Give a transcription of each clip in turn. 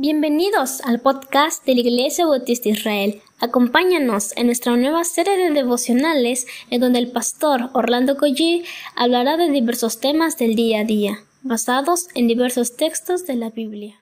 Bienvenidos al podcast de la Iglesia Bautista Israel. Acompáñanos en nuestra nueva serie de devocionales en donde el pastor Orlando Collie hablará de diversos temas del día a día, basados en diversos textos de la Biblia.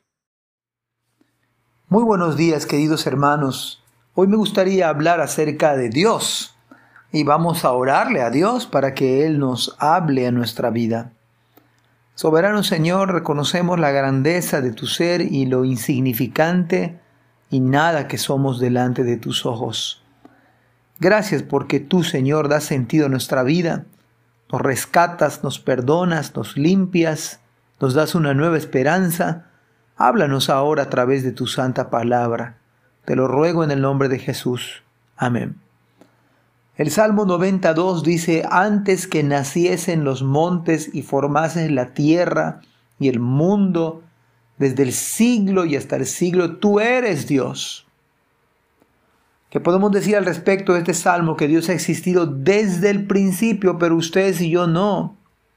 Muy buenos días, queridos hermanos. Hoy me gustaría hablar acerca de Dios y vamos a orarle a Dios para que Él nos hable a nuestra vida. Soberano Señor, reconocemos la grandeza de tu ser y lo insignificante y nada que somos delante de tus ojos. Gracias porque tú, Señor, das sentido a nuestra vida, nos rescatas, nos perdonas, nos limpias, nos das una nueva esperanza. Háblanos ahora a través de tu santa palabra. Te lo ruego en el nombre de Jesús. Amén. El Salmo 92 dice: antes que naciesen los montes y formasen la tierra y el mundo, desde el siglo y hasta el siglo, tú eres Dios. ¿Qué podemos decir al respecto de este Salmo? Que Dios ha existido desde el principio, pero ustedes y yo no.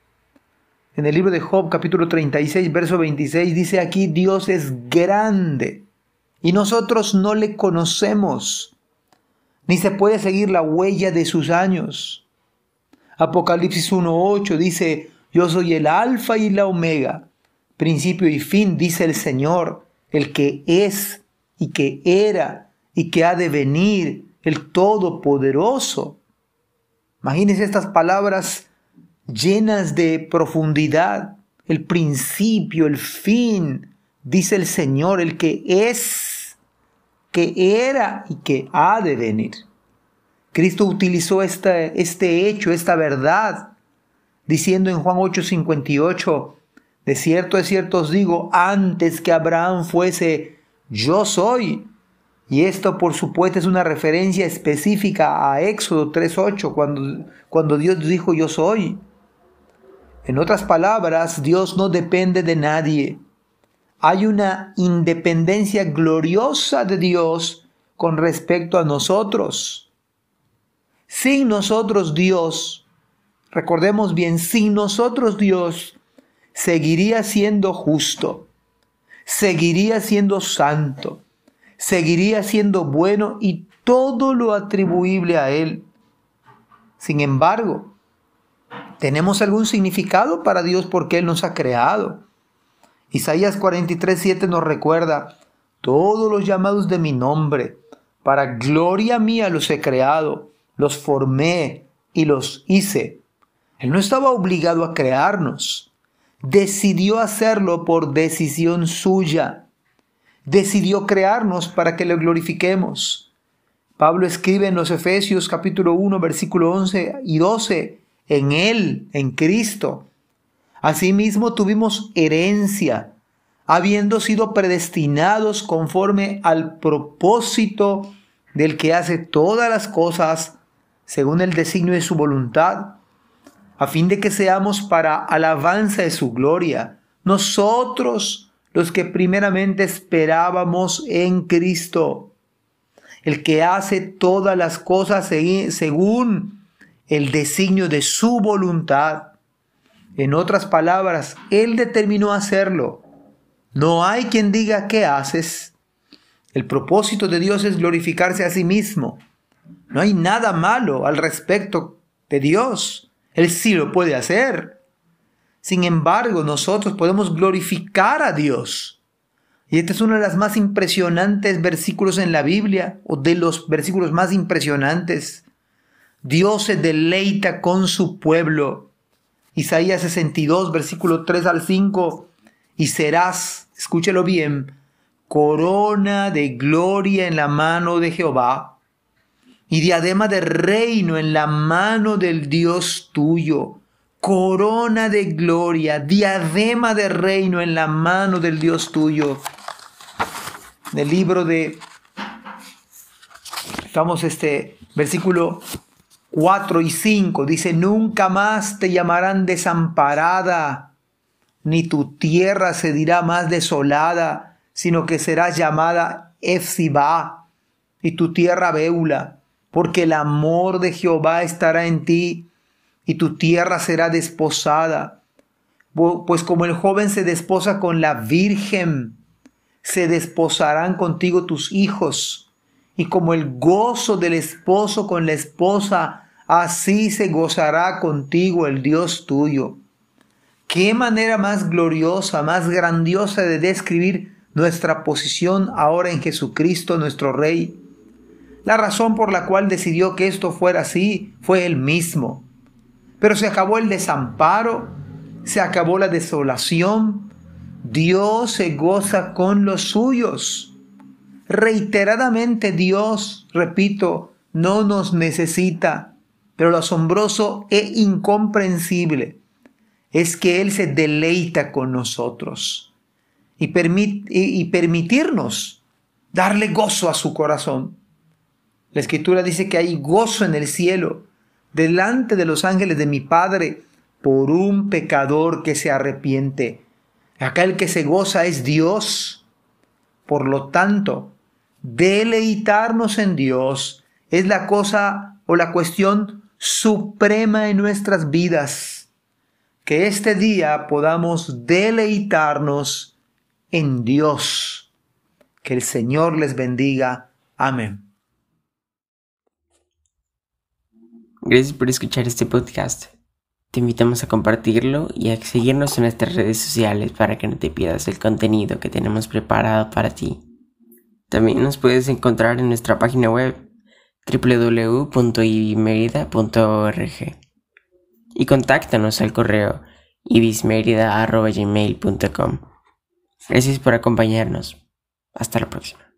En el libro de Job, capítulo 36, verso 26, dice aquí: Dios es grande y nosotros no le conocemos, ni se puede seguir la huella de sus años. Apocalipsis 1:8 dice: yo soy el alfa y la omega, principio y fin, dice el Señor, el que es y que era y que ha de venir, el Todopoderoso. Imagínense estas palabras llenas de profundidad. El principio, el fin, dice el Señor, el que es, que era y que ha de venir. Cristo utilizó este hecho, esta verdad, diciendo en Juan 8:58, de cierto os digo, antes que Abraham fuese, yo soy. Y esto, por supuesto, es una referencia específica a Éxodo 3:8, cuando Dios dijo, yo soy. En otras palabras, Dios no depende de nadie. Hay una independencia gloriosa de Dios con respecto a nosotros. Sin nosotros Dios, recordemos bien, sin nosotros Dios seguiría siendo justo, seguiría siendo santo, seguiría siendo bueno y todo lo atribuible a Él. Sin embargo, ¿tenemos algún significado para Dios porque Él nos ha creado? Isaías 43:7 nos recuerda: todos los llamados de mi nombre, para gloria mía los he creado, los formé y los hice. Él no estaba obligado a crearnos, decidió hacerlo por decisión suya. Decidió crearnos para que le glorifiquemos. Pablo escribe en los Efesios capítulo 1, versículo 11 y 12, en Él, en Cristo. Asimismo tuvimos herencia, habiendo sido predestinados conforme al propósito del que hace todas las cosas según el designio de su voluntad, a fin de que seamos para alabanza de su gloria, nosotros los que primeramente esperábamos en Cristo, el que hace todas las cosas según el designio de su voluntad. En otras palabras, Él determinó hacerlo. No hay quien diga ¿qué haces? El propósito de Dios es glorificarse a sí mismo. No hay nada malo al respecto de Dios. Él sí lo puede hacer. Sin embargo, nosotros podemos glorificar a Dios. Y este es uno de los más impresionantes versículos en la Biblia, o de los versículos más impresionantes. Dios se deleita con su pueblo. Isaías 62, versículo 3 al 5, y serás, escúchelo bien, corona de gloria en la mano de Jehová, y diadema de reino en la mano del Dios tuyo. Corona de gloria, diadema de reino en la mano del Dios tuyo. En el libro de, versículo 4 y 5 dice: nunca más te llamarán desamparada, ni tu tierra se dirá más desolada, sino que serás llamada Efsibá, y tu tierra Beula, porque el amor de Jehová estará en ti, y tu tierra será desposada. Pues como el joven se desposa con la virgen, se desposarán contigo tus hijos, y como el gozo del esposo con la esposa, así se gozará contigo el Dios tuyo. Qué manera más gloriosa, más grandiosa de describir nuestra posición ahora en Jesucristo nuestro Rey. La razón por la cual decidió que esto fuera así fue Él mismo. Pero se acabó el desamparo, se acabó la desolación. Dios se goza con los suyos. Reiteradamente Dios, repito, no nos necesita, pero lo asombroso e incomprensible es que Él se deleita con nosotros y permitirnos darle gozo a su corazón. La Escritura dice que hay gozo en el cielo delante de los ángeles de mi Padre por un pecador que se arrepiente. Acá el que se goza es Dios. Por lo tanto, deleitarnos en Dios es la cosa o la cuestión suprema en nuestras vidas. Que este día podamos deleitarnos en Dios. Que el Señor les bendiga. Amén. Gracias por escuchar este podcast. Te invitamos a compartirlo y a seguirnos en nuestras redes sociales para que no te pierdas el contenido que tenemos preparado para ti. También nos puedes encontrar en nuestra página web www.ibismerida.org y contáctanos al correo ibismerida@gmail.com. Gracias por acompañarnos. Hasta la próxima.